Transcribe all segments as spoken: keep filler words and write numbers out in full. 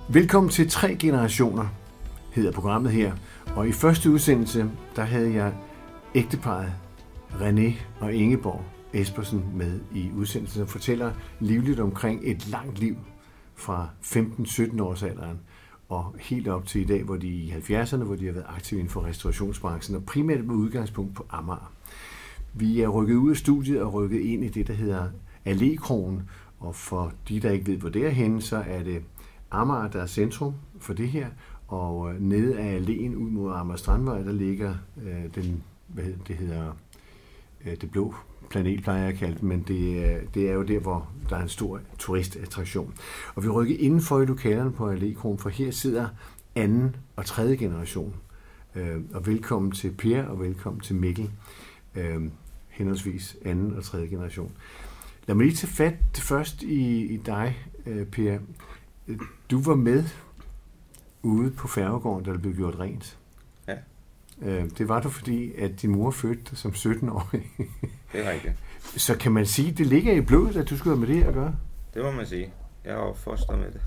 Velkommen til Tre Generationer, hedder programmet her. Og i første udsendelse, der havde jeg ægteparret René og Ingeborg Espersen med i udsendelsen, og fortæller livligt omkring et langt liv fra femten til sytten års alderen og helt op til i dag, hvor de i halvfjerdserne, hvor de har været aktive inden for restaurationsbranchen, og primært med udgangspunkt på Amager. Vi er rykket ud af studiet og rykket ind i det, der hedder Allégkroen, og for de, der ikke ved, hvor det er henne, så er det Amager, der er centrum for det her, og nede af alléen ud mod Amager Strandvej, der ligger øh, den, hvad hedder, det hedder, øh, det blå planet, plejer jeg at kalde det, men det er, det er jo der, hvor der er en stor turistattraktion. Og vi rykker indenfor i lokalerne på Allégkroen, for her sidder anden og tredje generation. Øh, og velkommen til Per, og velkommen til Mikkel, øh, henholdsvis anden og tredje generation. Lad mig lige tage fat først i, i dig, øh, Per. Du var med ude på Færgegården, da det blev gjort rent. Ja. Det var du, fordi at din mor fødte dig som sytten-årig. Det er rigtigt. Så kan man sige, at det ligger i blodet, at du skulle have med det at gøre? Det må man sige. Jeg er jo foster med det.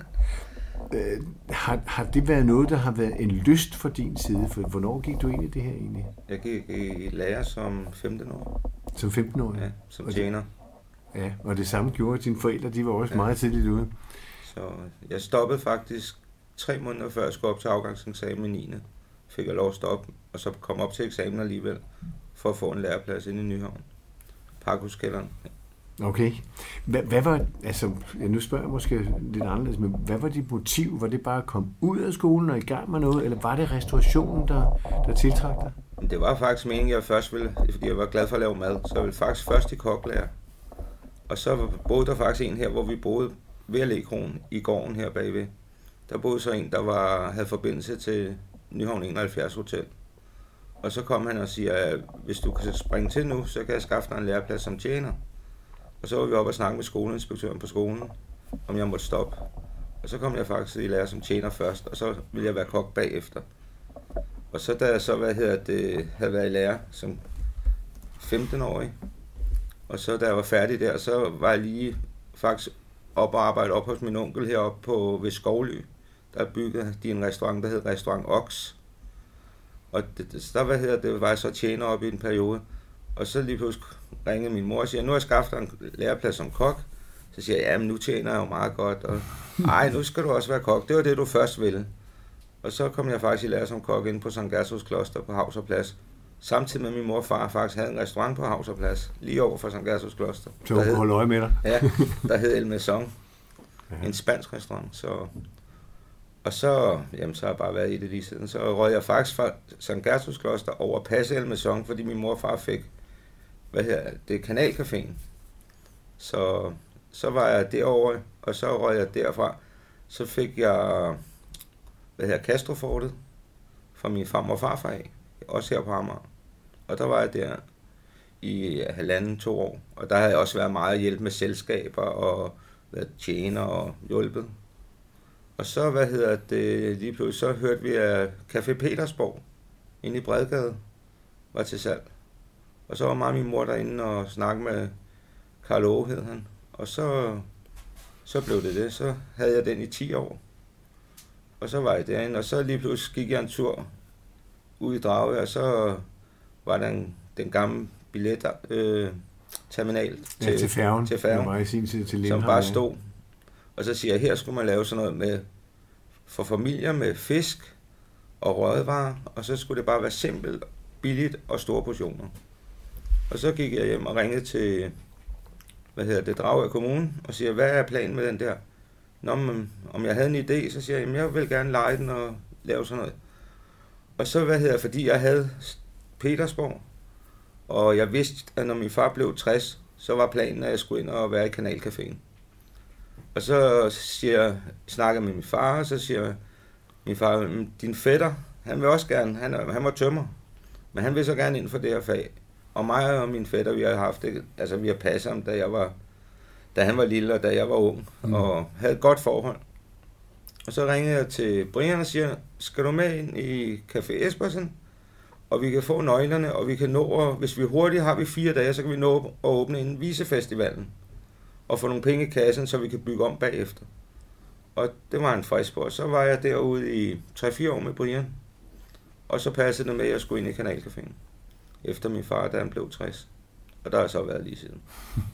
har, har det været noget, der har været en lyst fra din side? For hvornår gik du ind i det her egentlig? Jeg gik i lære som femten år. Som femten-årig? Ja, som tjener. Ja, og det samme gjorde dine forældre, de var også ja. meget tidligt ude. Så jeg stoppede faktisk tre måneder før jeg skulle op til afgangseksamen i niende Fik jeg lov at stoppe, og så kom op til eksamen alligevel, for at få en læreplads inde i Nyhavn. Pakhuskælderen. Okay. Hvad, hvad var, altså, nu spørger jeg måske lidt anderledes, men hvad var dit motiv? Var det bare at komme ud af skolen og i gang med noget, eller var det restaurationen, der, der tiltrak dig? Det var faktisk meningen, jeg først ville, fordi jeg var glad for at lave mad, så jeg ville faktisk først i koklærer. Og så boede der faktisk en her, hvor vi boede ved Allégkroen i gården her bagved. Der boede så en, der var, havde forbindelse til Nyhavn enoghalvfjerds Hotel. Og så kom han og siger, at hvis du kan springe til nu, så kan jeg skaffe dig en læreplads som tjener. Og så var vi oppe og snakke med skoleinspektøren på skolen, om jeg måtte stoppe. Og så kom jeg faktisk i lære som tjener først, og så ville jeg være kok bagefter. Og så da jeg så hvad hedder det, havde været i lære som femten-årig, og så da jeg var færdig der, så var jeg lige faktisk op og arbejde op hos min onkel heroppe på, ved Skovly. Der byggede de en restaurant, der hed Restaurant Ox. Og det, der hvad hedder det, var jeg så tjener op i en periode. Og så lige pludselig ringede min mor og siger, nu har jeg skaffet en læreplads som kok. Så siger jeg, jamen nu tjener jeg jo meget godt. Og ej, nu skal du også være kok. Det var det, du først ville. Og så kom jeg faktisk i lære som kok inde på Sankt Gertruds Kloster på Havserplads. Samtidig med min mor og far faktisk havde en restaurant på Havserplads, lige over for Sankt Gertruds Kloster. Så du kunne holde øje med dig? Ja, der hed El Maison. En spansk restaurant. Så, og så, jamen, så har jeg bare været i det lige siden. Så røg jeg faktisk fra Sankt Gertruds Kloster over passe El Maison, fordi min mor og far fik, hvad hedder det, Kanalcaféen. Så, så var jeg derovre, og så røg jeg derfra. Så fik jeg, hvad hedder Castrofortet, fra min farmor og farfar af. Også her på Amager. Og der var jeg der i halvanden, to år. Og der havde jeg også været meget hjælp med selskaber og været tjener og hjulpet. Og så, hvad hedder det, lige pludselig, så hørte vi, at Café Petersborg inde i Bredgade var til salg. Og så var mig og min mor derinde og snakkede med Karl Åge, hed han. Og så, så blev det det. Så havde jeg den i ti år. Og så var jeg derinde, og så lige pludselig gik jeg en tur ud i Drage, og så var der en, den gamle billet øh, terminal til, ja, til færgen, til færgen var i sin tid til som bare stod. Og så siger jeg, her skulle man lave sådan noget med for familier med fisk og rødvarer, og så skulle det bare være simpelt, billigt og store portioner. Og så gik jeg hjem og ringede til, hvad hedder det, Dragør Kommune, og siger, hvad er planen med den der? Nå, men, om jeg havde en idé, så siger jeg, jamen, jeg vil gerne lege den og lave sådan noget. Og så, hvad hedder, fordi jeg havde Petersborg, og jeg vidste, at når min far blev tres, så var planen, at jeg skulle ind og være i Kanalcaféen. Og så siger jeg, snakker med min far, og så siger min far, din fætter, han vil også gerne, han, han var tømrer, men han vil så gerne ind for det her fag. Og mig og min fætter, vi har haft det, altså vi har passet ham, da jeg var, da han var lille, og da jeg var ung, mm. og havde et godt forhold. Og så ringede jeg til Brian og siger, skal du med ind i Café Espersen? Og vi kan få nøglerne, og vi kan nå, og hvis vi hurtigt har vi fire dage, så kan vi nå at åbne en visefestivalen. Og få nogle penge i kassen, så vi kan bygge om bagefter. Og det var en frisk på. Så var jeg derude i tre fire år med Brian. Og så passede det med, at jeg skulle ind i Kanalcaféen. Efter min far, da han blev tres. Og der har jeg så været lige siden.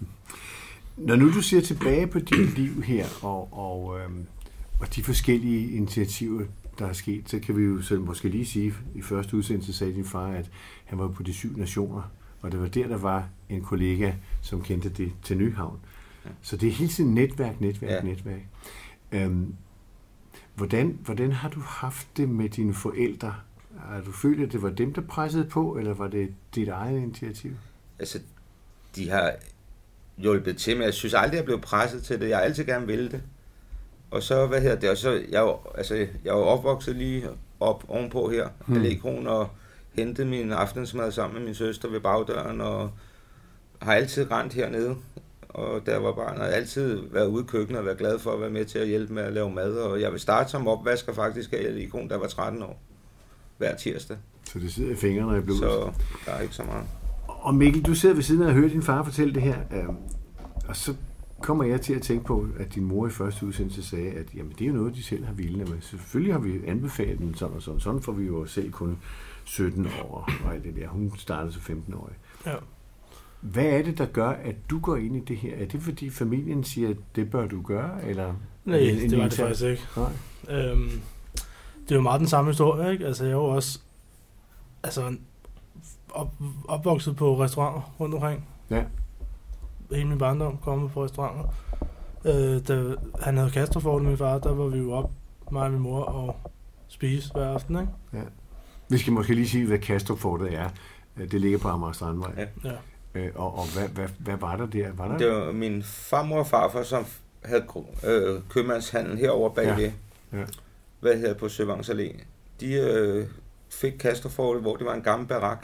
Når nu du ser tilbage på dit liv her, og, og, øhm, og de forskellige initiativer, der er sket, så kan vi jo så måske lige sige, i første udsendelse sagde din far, at han var på de syv nationer, og det var der, der var en kollega, som kendte det til Nyhavn. Ja. Så det er hele tiden netværk, netværk, ja. netværk. Øhm, hvordan, hvordan har du haft det med dine forældre? Har du følt, at det var dem, der pressede på, eller var det dit eget initiativ? Altså, de har hjulpet til, men jeg synes aldrig, jeg blev presset til det. Jeg har altid gerne ville det. Og så, hvad hedder det, og så, jeg er altså, jeg er jo opvokset lige op ovenpå her, hmm. Allégkroen, og hentede min aftensmad sammen med min søster ved bagdøren, og har altid rendt hernede. Og da jeg var barn, har jeg altid været ude i køkkenet og været glad for at være med til at hjælpe med at lave mad. Og jeg vil starte som opvasker faktisk af Allégkroen, da jeg var tretten år. Hver tirsdag. Så det sidder i fingrene i blodet. Så der er ikke så meget. Og Mikkel, du sidder ved siden af og hører din far fortælle det her. Øh, og så kommer jeg til at tænke på, at din mor i første udsendelse sagde, at jamen, det er jo noget, de selv har vildt. Men selvfølgelig har vi anbefalet dem sådan og sådan. Sådan får vi jo selv kun sytten år og alt det der. Hun startede som femten-årig. Ja. Hvad er det, der gør, at du går ind i det her? Er det, fordi familien siger, at det bør du gøre? Eller nej, det, det var det faktisk ikke. Nej. Øhm, det er jo meget den samme historie, ikke? Altså, jeg er jo også altså, op, opvokset på restauranter rundt omkring. Ja. Hele min barndom kommet på restauranter. Øh, da han havde Kastrup, min far, der var vi jo op, mig og min mor, og spise hver aften, ikke? Ja. Vi skal måske lige sige, hvad Kastrup-fortet er. Det ligger på Amager Strandvej. Ja. Ja. Øh, og og hvad, hvad, hvad var der der? Var der? Det var min farmor og farfar, som havde øh, købmandshandel herovre bagved. Ja. Ja. Hvad hedder på Søvangs Allé. De øh, fik Kastrup-fortet, hvor det var en gammel barak.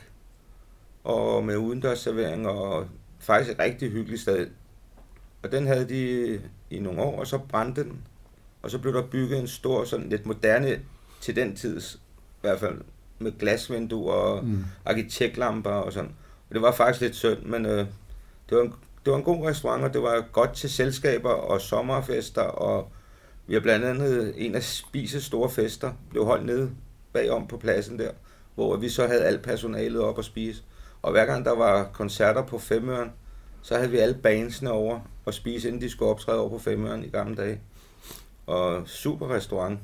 Og med udendørsservering og faktisk et rigtig hyggeligt sted. Og den havde de i nogle år, og så brændte den. Og så blev der bygget en stor, sådan lidt moderne, til den tids, i hvert fald med glasvinduer og mm. arkitektlamper og sådan. Og det var faktisk lidt synd, men øh, det, var en, det var en god restaurant, og det var godt til selskaber og sommerfester, og vi har blandt andet en af Spises store fester, blev holdt nede bagom på pladsen der, hvor vi så havde alt personalet op at spise. Og hver gang der var koncerter på Femøren, så havde vi alle bandsene over og spise, inden de skulle optræde over på Femøren i gamle dage. Og super restaurant.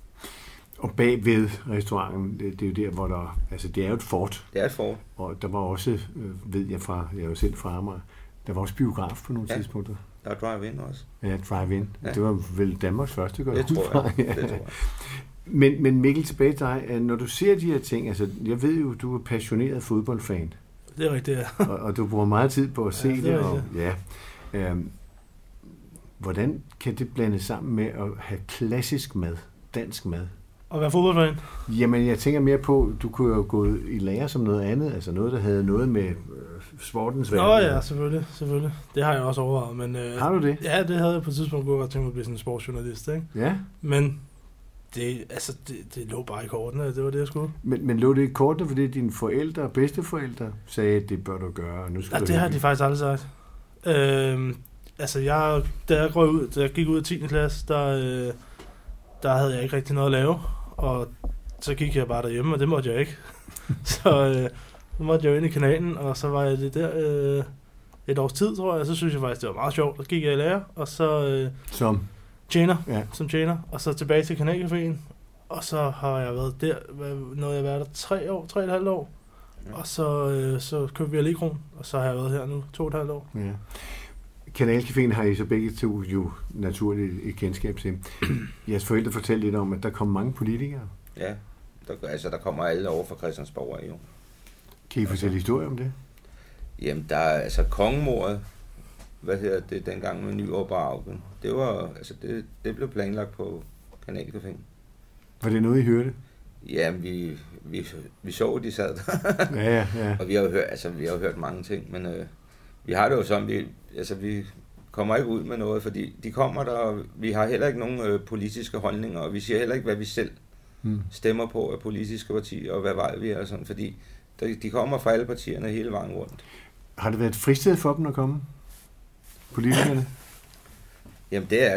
Og bagved restauranten, det, det er jo der, hvor der, altså det er jo et fort. Det er et fort. Og der var også, øh, ved jeg fra, jeg er jo selv fra Amager, der var også biograf på nogle ja. tidspunkter. Der var drive-in også. Ja, drive-in. Ja. Det var vel Danmarks første, gør det tror jeg. ja. Det tror jeg. Men, men Mikkel, tilbage til dig. Når du ser de her ting, altså jeg ved jo, du er passioneret fodboldfan. Det er rigtigt, ja. og, og du bruger meget tid på at se ja, det. det og, ja. Øhm, hvordan kan det blande sammen med at have klassisk mad, dansk mad? Og være fodboldfan? Jamen, jeg tænker mere på, du kunne jo gå i lære som noget andet, altså noget, der havde noget med øh, sportens verden. Nå ja, selvfølgelig, selvfølgelig. Det har jeg også overvejet. Men, øh, har du det? Ja, det havde jeg på et tidspunkt godt tænkt mig at blive sådan en sportsjournalist, ikke? Ja. Men det, altså, det, det lå bare i kortene, det var det, jeg skulle. Men, men lå det i kortene, fordi dine forældre og bedsteforældre sagde, at det bør du gøre, og nu skal ja, du det har de faktisk aldrig sagt. Øh, altså, jeg, da, jeg ud, da jeg gik ud af tiende klasse, der, øh, der havde jeg ikke rigtig noget at lave. Og så gik jeg bare derhjemme, og det måtte jeg ikke. så øh, så måtte jeg jo ind i kanalen, og så var jeg det der øh, et års tid, tror jeg. Og så synes jeg faktisk, det var meget sjovt. Så gik jeg i lære, og så øh, som tjener, ja. som tjener, og så tilbage til Kanalcaféen. Og så har jeg været der, når jeg har været der tre år, tre og et halvt år. Ja. Og så, øh, så købte vi Allégkroen, og så har jeg været her nu to og et halvt år. Ja. Kanalcaféen har I så begge to jo naturligt et kendskab til. Jeres forældre fortalte lidt om, at der kom mange politikere. Ja, der, altså der kommer alle over fra Christiansborg jo. Kan I fortælle altså, historier om det? Jamen, der er altså kongemordet, hvad hedder det, dengang med Nyrup og Auken. Det var, altså det, det blev planlagt på Kanalcaféen. Var det noget, I hørte? Jamen, vi, vi, vi så, de sad der. ja, ja, ja. Og vi har jo hørt, altså, vi har jo hørt mange ting, men øh, vi har det jo sådan, vi, altså, vi kommer ikke ud med noget, fordi de kommer der, og vi har heller ikke nogen øh, politiske holdninger, og vi siger heller ikke, hvad vi selv hmm. stemmer på af politiske partier, og hvad vej vi er, og sådan, fordi de, de kommer fra alle partierne hele vejen rundt. Har det været et fristed for dem at komme? Politikerne? Jamen, det er det.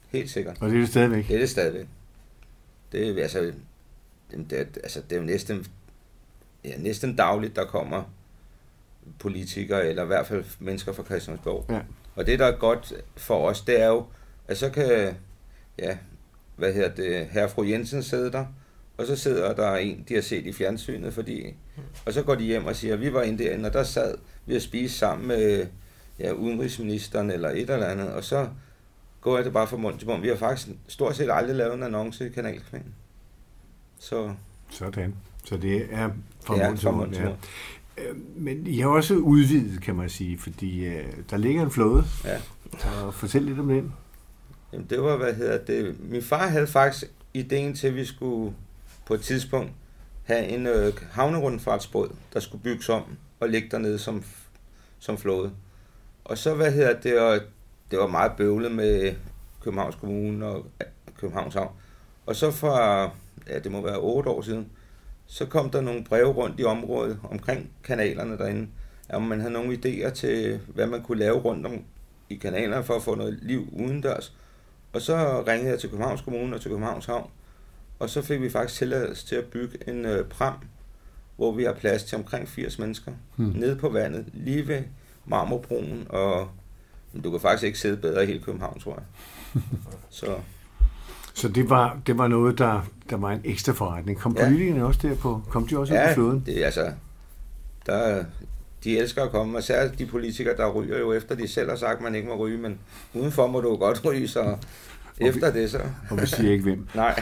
Helt sikkert. Og det er det stadigvæk? Det er det stadigvæk. Det er, altså, det er, altså, det er jo næsten, ja, næsten dagligt, der kommer politikere, eller i hvert fald mennesker fra Christiansborg. Ja. Og det, der er godt for os, det er jo, at så kan, ja, hvad hedder det, herre fru Jensen sidde der, og så sidder der en, de har set i fjernsynet, fordi, og så går de hjem og siger, vi var inde derinde, og der sad vi at spise sammen med, ja, udenrigsministeren eller et eller andet, og så går det bare fra mund til mund. Vi har faktisk stort set aldrig lavet en annonce i Kanalkvinden. Så sådan. Så det er fra mund til mund, ja. Men I har også udvidet, kan man sige, fordi uh, der ligger en flåde. Ja. Og fortæl lidt om den. Jamen det var, hvad hedder det, min far havde faktisk ideen til, at vi skulle på et tidspunkt have en øh, havnerundfartsbåd, der skulle bygges om og ligge dernede som, som flåde. Og så, hvad hedder det, og det var meget bøvlet med Københavns Kommune og Københavns Havn. Og så fra, ja, det må være otte år siden, så kom der nogle breve rundt i området omkring kanalerne derinde, om man havde nogle idéer til, hvad man kunne lave rundt om i kanalerne for at få noget liv udendørs. Og så ringede jeg til Københavns Kommune og til Københavns Havn, og så fik vi faktisk tilladelse til at bygge en øh, pram, hvor vi har plads til omkring firs mennesker, hmm. nede på vandet, lige ved Marmorbroen, og du kan faktisk ikke sidde bedre i hele København, tror jeg. Så, så det var det var noget, der, der var en ekstra forretning. Kom ja. Politikerne også derpå? Kom de også ja, ud på flåden? Ja, det er altså, der, de elsker at komme, og særligt de politikere, der ryger jo efter, de selv har sagt, at man ikke må ryge, men udenfor må du jo godt ryge, så efter vi, det så. Og vi siger ikke hvem. Nej.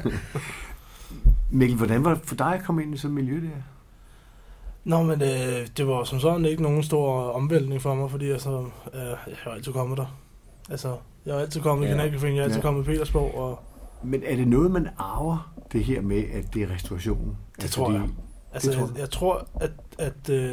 Mikkel, hvordan var det for dig at komme ind i sådan et miljø der? Nå, men øh, det var som sådan ikke nogen stor omvæltning for mig, fordi altså, øh, jeg har altid kommet der. Altså, jeg har altid kommet i ja. Kanalcaféen, jeg har altid ja. kommet i Petersborg. Og men er det noget, man arver, det her med, at det er restaurationen? Det altså, tror jeg. Altså, det tror jeg. jeg, jeg tror, at, at øh,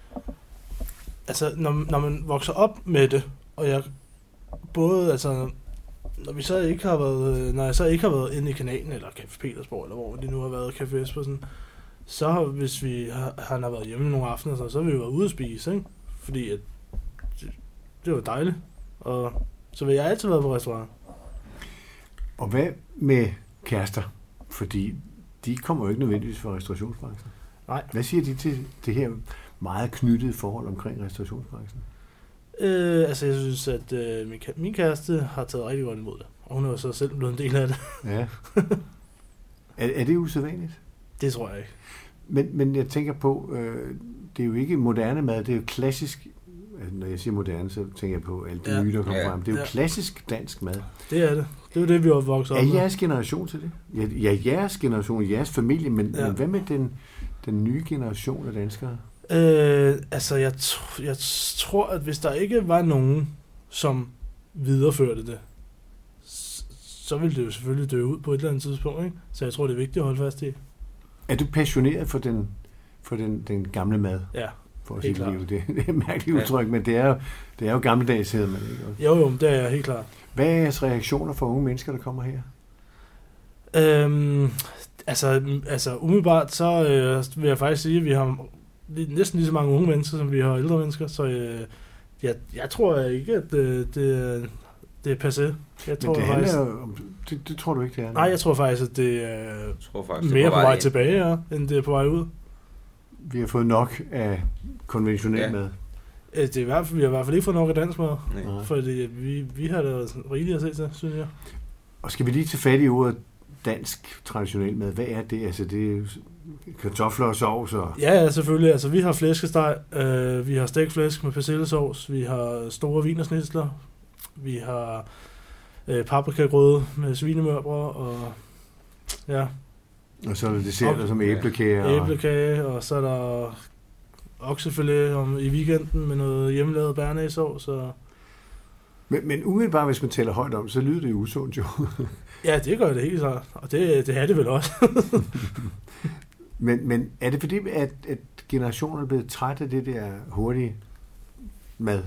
altså, når, når man vokser op med det, og jeg både, altså, når vi så ikke har været, når jeg så ikke har været inde i kanalen, eller Café Petersborg, eller hvor de nu har været, Café Espersen, så hvis vi har, han har været hjemme nogle aftener, så, så har vi jo været ude at spise, ikke? Fordi at, det, det var dejligt, og så vil jeg altid være på restaurant. Og hvad med kærester? Fordi de kommer jo ikke nødvendigvis fra restaurationsbranchen. Nej. Hvad siger de til det her meget knyttede forhold omkring restaurationsbranchen? Øh, altså jeg synes, at øh, min, min kæreste har taget rigtig godt imod det, og hun har så selv blevet en del af det. Ja. er, er det usædvanligt? Det tror jeg ikke. Men, men jeg tænker på, øh, det er jo ikke moderne mad, det er jo klassisk, når jeg siger moderne, så tænker jeg på alt det ja. nye, der kommer ja. frem. Det er jo ja. klassisk dansk mad. Det er det. Det er jo det, vi har vokset op med. Er jeres generation til det? Ja, ja jeres generation, jeres familie, men, ja. men hvad med den, den nye generation af danskere? Øh, altså, jeg, tr- jeg tror, at hvis der ikke var nogen, som videreførte det, s- så ville det jo selvfølgelig dø ud på et eller andet tidspunkt, ikke? Så jeg tror, det er vigtigt at holde fast i. Er du passioneret for den, for den, den gamle mad? Ja, for at sige det, det er et mærkeligt udtryk, ja. men det er jo, det er jo gammeldags, hedder man ikke? Jo, jo, det er jeg helt klart. Hvad er jeres reaktioner for unge mennesker, der kommer her? Øhm, altså, altså, umiddelbart, så øh, vil jeg faktisk sige, at vi har næsten lige så mange unge mennesker, som vi har ældre mennesker, så øh, jeg, jeg tror ikke, at øh, det, det er passé. Jeg tror, men det faktisk, om, det, det tror du ikke, det er? Nej, jeg tror faktisk, at det er faktisk, mere det er på vej ind. tilbage, ja, end det er på vej ud. Vi har fået nok af konventionel ja. mad. Det er i hvert fald, vi har i hvert fald ikke fået nok af dansk mad, nej. Fordi vi, vi har da rigeligt at se til, synes jeg. Og skal vi lige tage fat i ordet dansk traditionel mad? Hvad er det? Altså, det er kartofler og sovs og... Ja, ja, selvfølgelig. Altså, vi har flæskesteg, øh, vi har stegt flæsk med persillesovs, vi har store wienersnitsler, vi har øh, paprikagrøde med svinemørbrød, og ja. Og så er der desserter som æblekage. Og... æblekage, og så er der oksefilet om, i weekenden med noget hjemmelavet bernæssovs. Og... Men, men umiddelbart, hvis man taler højt om, så lyder det jo usundt jo. Ja, det gør det helt klart, og det, det er det vel også. men, men er det fordi, at, at generationen er blevet træt af det der hurtige mad?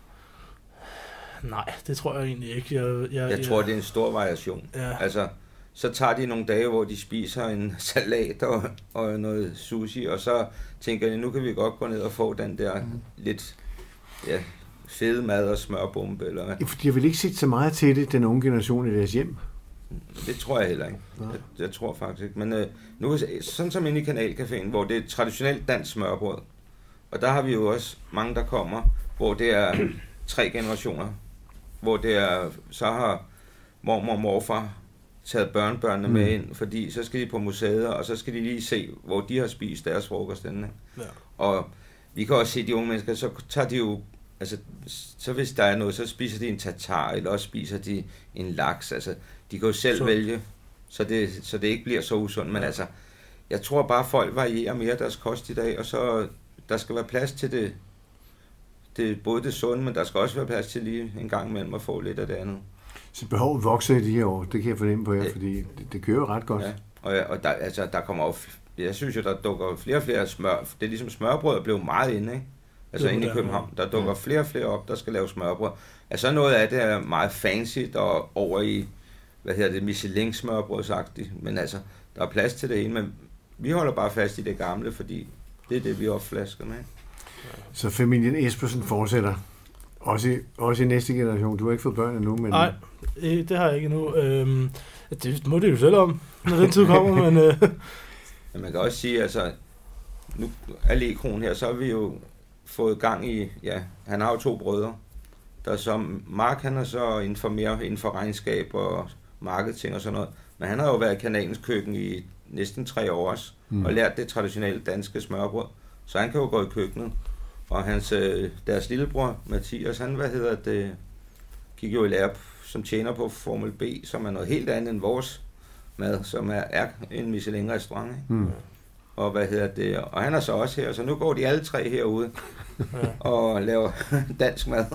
Nej, det tror jeg egentlig ikke. Jeg, jeg, jeg tror, jeg... det er en stor variation. Ja. Altså, så tager de nogle dage, hvor de spiser en salat og, og noget sushi, og så tænker de, nu kan vi godt gå ned og få den der mm. lidt, ja, fede mad og smørbombe, eller hvad? Ja, fordi jeg vil ikke sætte så meget til det, den unge generation i deres hjem. Det tror jeg heller ikke. Jeg, jeg tror faktisk ikke. Men øh, nu sådan som inde i Kanalcaféen, hvor det er traditionelt dansk smørbrød, og der har vi jo også mange, der kommer, hvor det er tre generationer, hvor det er, så har mormor og morfar taget børnebørnene mm. med ind, fordi så skal de på museet, og så skal de lige se, hvor de har spist deres frokost. Ja. Og vi kan også se, de unge mennesker, så tager de jo, altså, så hvis der er noget, så spiser de en tartar, eller også spiser de en laks. Altså, de kan jo selv så. vælge, så det, så det ikke bliver så usundt. Men ja. altså, jeg tror bare, folk varierer mere deres kost i dag, og så der skal være plads til det, det både det sunde, men der skal også være plads til lige en gang imellem at få lidt af det andet. Så behovet vokser i de her år, det kan jeg fornemme på jer, ja. fordi det, det kører ret godt. Ja, og, og der, altså, der kommer jo, jeg synes jo, der dukker flere og flere smør, det er ligesom smørbrød er blevet meget inde, ikke? Altså inde i København, der dukker ja. flere og flere op, der skal lave smørbrød. Altså noget af det er meget fancy, og over i, hvad hedder det, Michelin-smørbrødsagtigt, men altså, der er plads til det ene, men vi holder bare fast i det gamle, fordi det er det, vi opflasker med. Så familien Espersen fortsætter, også i, også i næste generation. Du har ikke fået børn endnu, men... Nej, det har jeg ikke endnu. Øhm, det må det jo selv om, når den tid kommer, men... Øh. Men man kan også sige, altså, nu er Lekroen her, så har vi jo fået gang i, ja, han har jo to brødre, der som Mark, han er så inden for mere inden for regnskab og marketing og sådan noget, men han har jo været i kanalens køkken i næsten tre år også, mm. og lært det traditionelle danske smørbrød, så han kan jo gå i køkkenet, og hans, deres lillebror, Mathias, han, hvad hedder det, gik jo i lære som tjener på Formel B, som er noget helt andet end vores mad, som er, er en Michelin-restaurant, ikke? Mm. Og hvad hedder det, og han er så også her, så nu går de alle tre herude og laver dansk mad.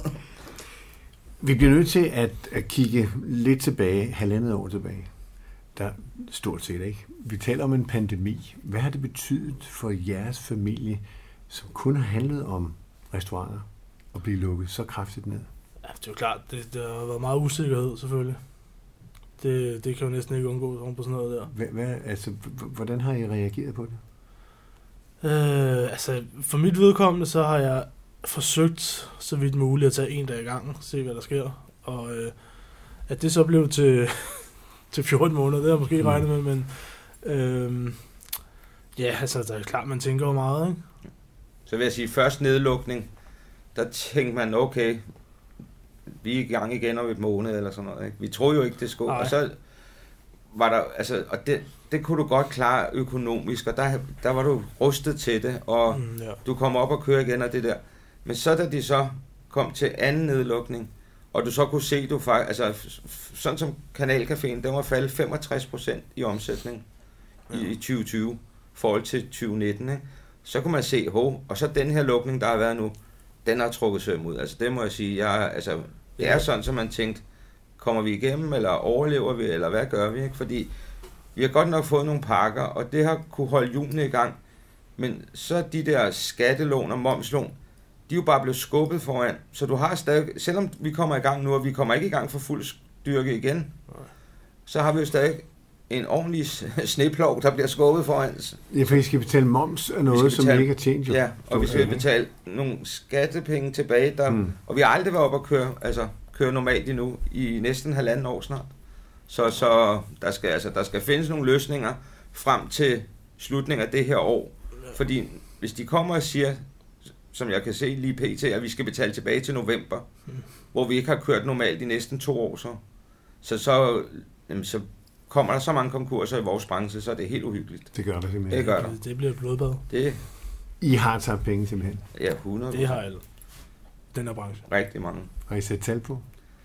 Vi bliver nødt til at, at kigge lidt tilbage, halvandet år tilbage. Der stort set ikke. Vi taler om en pandemi. Hvad har det betydet for jeres familie, som kun har handlet om restauranter, at blive lukket så kraftigt ned? Ja, det er jo klart. Det, der har været meget usikkerhed, selvfølgelig. Det, det kan jo næsten ikke undgå på sådan noget der. Hvad, hvad, altså, hvordan har I reageret på det? Øh, altså, for mit vedkommende, så har jeg forsøgt så vidt muligt at tage en dag i gangen, se hvad der sker. Og øh, at det så blev til, til fjorten måneder, det har jeg måske mm. regnet med, men øh, ja, altså, der er klart, man tænker jo meget, ikke? Så vil jeg sige, først nedlukning, der tænkte man, okay, vi er i gang igen om et måned eller sådan noget, ikke? Vi troede jo ikke, det skulle. Og så var der, altså, og det, det kunne du godt klare økonomisk, og der, der var du rustet til det, og mm, ja. du kom op og køre igen og det der. Men så da de så kom til anden nedlukning, og du så kunne se, du faktisk, altså sådan som Kanalcaféen, den var faldet femogtres procent i omsætning ja. i, i tyve tyve, forhold til tyve nitten, ikke? Så kunne man se, hov, og så den her lukning, der har været nu, den har trukket søm ud. Altså det må jeg sige, jeg, altså, det er sådan, som man tænkte, kommer vi igennem, eller overlever vi, eller hvad gør vi, ikke? Fordi vi har godt nok fået nogle pakker, og det har kunne holde hjulene i gang, men så de der skattelån og momslån, de er jo bare blevet skubbet foran, så du har stadig, selvom vi kommer i gang nu, og vi kommer ikke i gang for fuld styrke igen, så har vi jo stadig en ordentlig sneplov, der bliver skubbet foran. Ja, for I skal betale moms af noget, betale, som I ikke har tjent jo. Ja, og vi skal betale nogle skattepenge tilbage, der, mm. og vi har aldrig været op at køre, altså køre normalt endnu, i næsten halvanden år snart. Så, så der, skal, altså, der skal findes nogle løsninger frem til slutningen af det her år, fordi hvis de kommer og siger, som jeg kan se lige pt, at vi skal betale tilbage til november, mm. hvor vi ikke har kørt normalt i næsten to år, så, så, så, jamen, så kommer der så mange konkurser i vores branche, så er det helt uhyggeligt. Det gør det simpelthen. Det gør der. Det, det bliver blodbad. Det. I har taget penge simpelthen? Ja, hundrede. Det har alle. Den her branche. Rigtig mange. Har I sat tal på?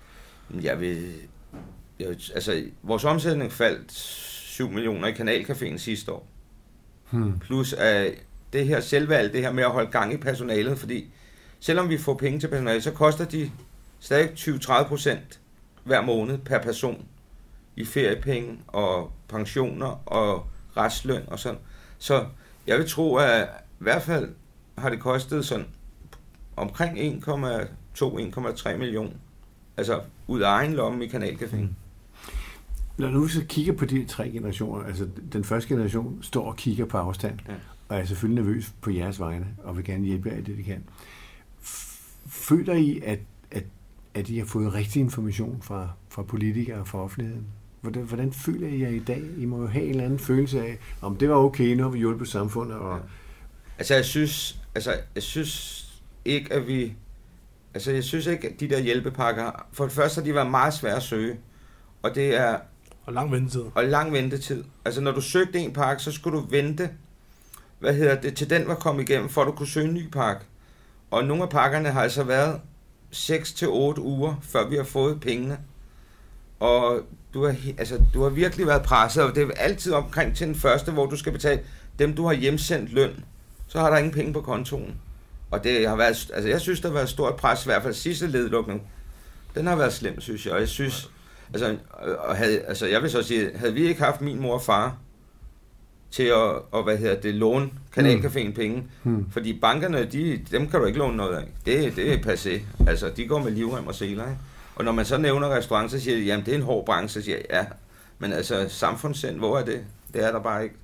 Jeg vil, jeg vil, altså, vores omsætning faldt syv millioner i Kanalcaféen sidste år. Hmm. Plus at det her selvvalg, det her med at holde gang i personalet, fordi selvom vi får penge til personalet, så koster de stadig tyve til tredive procent hver måned per person i feriepenge og pensioner og restløn og sådan. Så jeg vil tro, at i hvert fald har det kostet sådan omkring en komma to til en komma tre millioner. Altså ud af egen lomme i Kanalcaféen. Mm. Når du så kigger på de tre generationer, altså den første generation står og kigger på afstand, ja. og er selvfølgelig nervøs på jeres vegne, og vil gerne hjælpe jer i det, de kan. føler I, at, at, at I har fået rigtig information fra, fra politikere og fra offentligheden? Hvordan, hvordan føler I jer i dag? I må jo have en eller anden følelse af, om det var okay, nu har vi hjulpet samfundet. Og... Ja. Altså, jeg synes, altså, jeg synes ikke, at vi... Altså, jeg synes ikke, at de der hjælpepakker... For det første har de været meget svære at søge. Og det er... Og lang ventetid. Og lang ventetid. Altså, når du søgte en pakke, så skulle du vente, hvad hedder det, til den var kommet igennem, for at du kunne søge en ny pakke. Og nogle af pakkerne har altså været seks til otte uger, før vi har fået pengene. Og du har, altså, du har virkelig været presset, og det er altid omkring til den første, hvor du skal betale dem, du har hjemsendt løn. Så har der ingen penge på kontoen. Og det har været, altså jeg synes, der har været stort pres, i hvert fald sidste ledlukning. Den har været slem, synes jeg. Og jeg synes, altså, og havde, altså jeg vil så sige, havde vi ikke haft min mor og far til at, og, hvad hedder det, låne Kanalcaféen penge, hmm. fordi bankerne, de, dem kan du ikke låne noget af. Det, det er passé. Altså, de går med livrem og seler, ikke? Og når man så nævner restaurant, så siger de, jamen det er en hård branche, så siger jeg, ja. Men altså, samfundssind, hvor er det? Det er der bare ikke.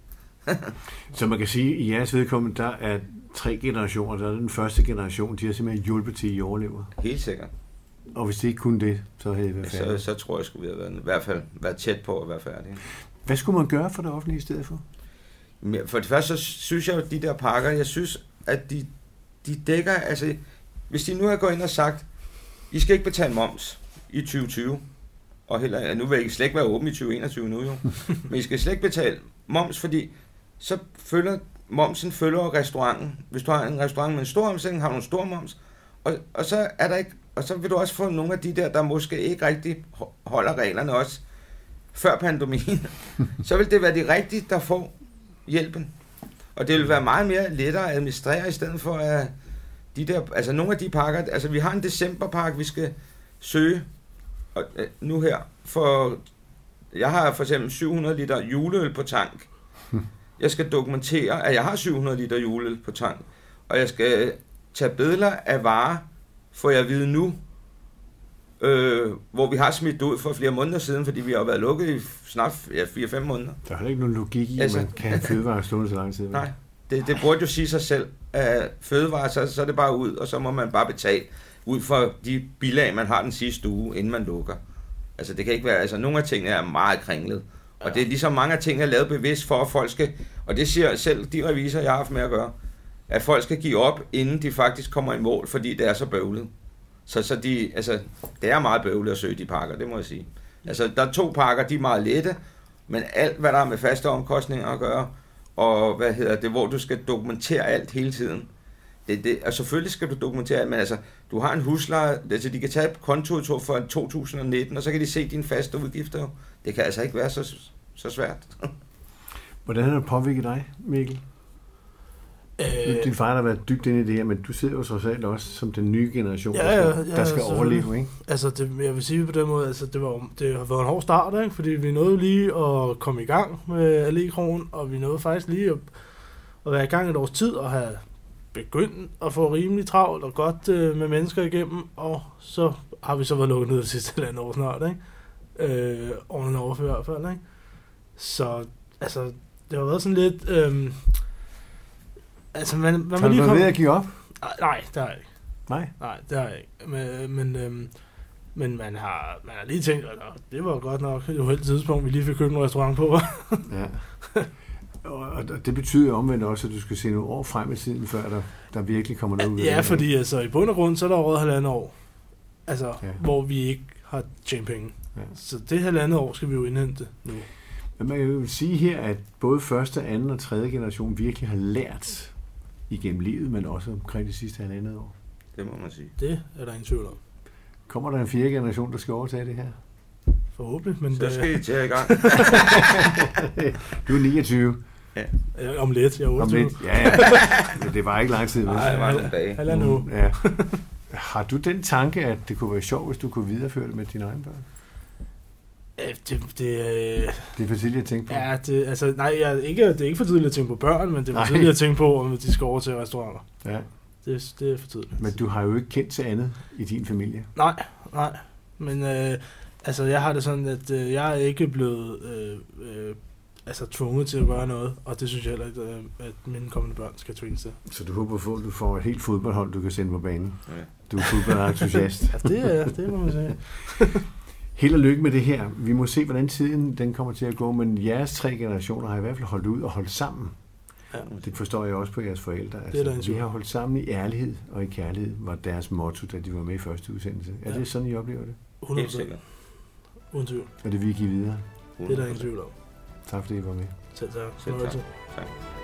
Så man kan sige, at i jeres vedkommende, der er tre generationer. Der er den første generation, de har simpelthen hjulpet til, at I overlever. Helt sikkert. Og hvis det ikke kunne det, så havde I været færdige. Så, så tror jeg, skulle vi have været, i hvert fald været tæt på at være færdige. Hvad skulle man gøre for det offentlige i stedet for? For det første, så synes jeg jo, de der pakker, jeg synes, at de, de dækker, altså, hvis de nu har gået ind og sagt, I skal ikke betale moms i tyve tyve, og heller, nu vil I slet ikke være åben i tyve enogtyve nu jo, men I skal slet ikke betale moms, fordi så følger, momsen følger restauranten. Hvis du har en restaurant med en stor omsætning, har du en stor moms, og, og så er der ikke, og så vil du også få nogle af de der, der måske ikke rigtig holder reglerne også, før pandemien, så vil det være de rigtige, der får hjælpen. Og det vil være meget mere lettere at administrere, i stedet for at de der, altså nogle af de pakker, altså vi har en decemberpakke, vi skal søge, og øh, nu her, for, jeg har for eksempel syv hundrede liter juleøl på tank. Jeg skal dokumentere, at jeg har syv hundrede liter juleøl på tank, og jeg skal tage billeder af varer, får jeg at vide nu, øh, hvor vi har smidt ud for flere måneder siden, fordi vi har været lukket i snart ja, fire fem måneder. Der er heller ikke nogen logik i, altså, at man kan have fødevarer stående så lang tid. Nej, det, det burde jo sige sig selv, at fødevarer, så, så er det bare ud, og så må man bare betale ud for de bilag, man har den sidste uge, inden man lukker. Altså det kan ikke være, altså nogle af tingene er meget kringlet, og ja. Det er ligesom mange af tingene er lavet bevidst for, at folk skal, og det siger selv de revisorer, jeg har haft med at gøre, at folk skal give op, inden de faktisk kommer i mål, fordi det er så bøvlet. Så, så de, altså, det er meget bøvlet at søge de pakker, det må jeg sige. Altså, der er to pakker, de er meget lette, men alt, hvad der er med faste omkostninger at gøre, og hvad hedder det, hvor du skal dokumentere alt hele tiden. Det, det, og selvfølgelig skal du dokumentere alt, men altså, du har en husleje, altså de kan tage et kontoudtog for to tusind nitten, og så kan de se dine faste udgifter. Det kan altså ikke være så, så svært. Hvordan har det påvirket dig, Mikkel? Øh, Din far har været dybt inde i det her, men du sidder jo så selv også som den nye generation, ja, ja, ja, der skal ja, overleve, ikke? Altså, det, jeg vil sige på den måde, altså, det, var, det har været en hård start, ikke? Fordi vi nåede lige at komme i gang med Allégkronen, og vi nåede faktisk lige at, at være i gang et års tid, og have begyndt at få rimelig travlt og godt øh, med mennesker igennem, og så har vi så været lukket ned det sidste land år snart, ikke? Øh, over en år i hvert fald, ikke? Så, altså, det har været sådan lidt... Øh, Altså, man, man har du været ved at give op? Nej, det har jeg ikke. Nej? Nej, det har jeg ikke. Men, men, øhm, men man, har, man har lige tænkt, at det var godt nok et uheldigt tidspunkt, vi lige fik købt en restaurant på. Ja. Og det betyder jo omvendt også, at du skal se nogle år frem i tiden, før der, der virkelig kommer noget ud af det. Ja, fordi altså, i bund og grund, så er der råd halvandet år, altså, ja. Hvor vi ikke har tjent penge. Ja. Så det halvandet år skal vi jo indhente nu. Men man kan jo sige her, at både første, anden og tredje generation virkelig har lært igennem livet, men også omkring de sidste halvandet år. Det må man sige. Det er der ingen tvivl om. Kommer der en fjerde generation, der skal overtage det her? Forhåbentlig, men... Så skal I til i gang. Du er niogtyve. Ja. Om lidt, jeg er otteogtyve. Om lidt, ja, ja. Det var ikke lang tid. Nej, det var nogle dage. Halvandet uge. Ja. Har du den tanke, at det kunne være sjovt, hvis du kunne videreføre det med dine egne børn? Det, det, øh... det er for tidligt at tænke på. Ja, det, altså, nej, jeg, ikke, det er ikke for tidligt at tænke på børn, men det er for tidligt at tænke på, om de skal over til restauranter. Ja. Det, det er for tidligt. Men du har jo ikke kendt til andet i din familie. Nej, nej. Men øh, altså, jeg har det sådan, at øh, jeg er ikke blevet øh, øh, altså tvunget til at gøre noget, og det synes jeg heller ikke, at mine kommende børn skal tvinges til. Så du håber på, at du får et helt fodboldhold, du kan sende på banen? Ja. Du er fodboldentusiast. Ja, det er det, må man sige. Held og lykke med det her. Vi må se, hvordan tiden den kommer til at gå, men jeres tre generationer har i hvert fald holdt ud og holdt sammen. Ja. Det forstår jeg også på jeres forældre. Altså, vi har holdt sammen i ærlighed og i kærlighed, var deres motto, da de var med i første udsendelse. Er ja. det sådan, I oplever det? hundrede procent. Uden tvivl. Og det vil I give videre? Det er der ingen tvivl om. Tak fordi I var med. Selv tak. Selv tak. tak.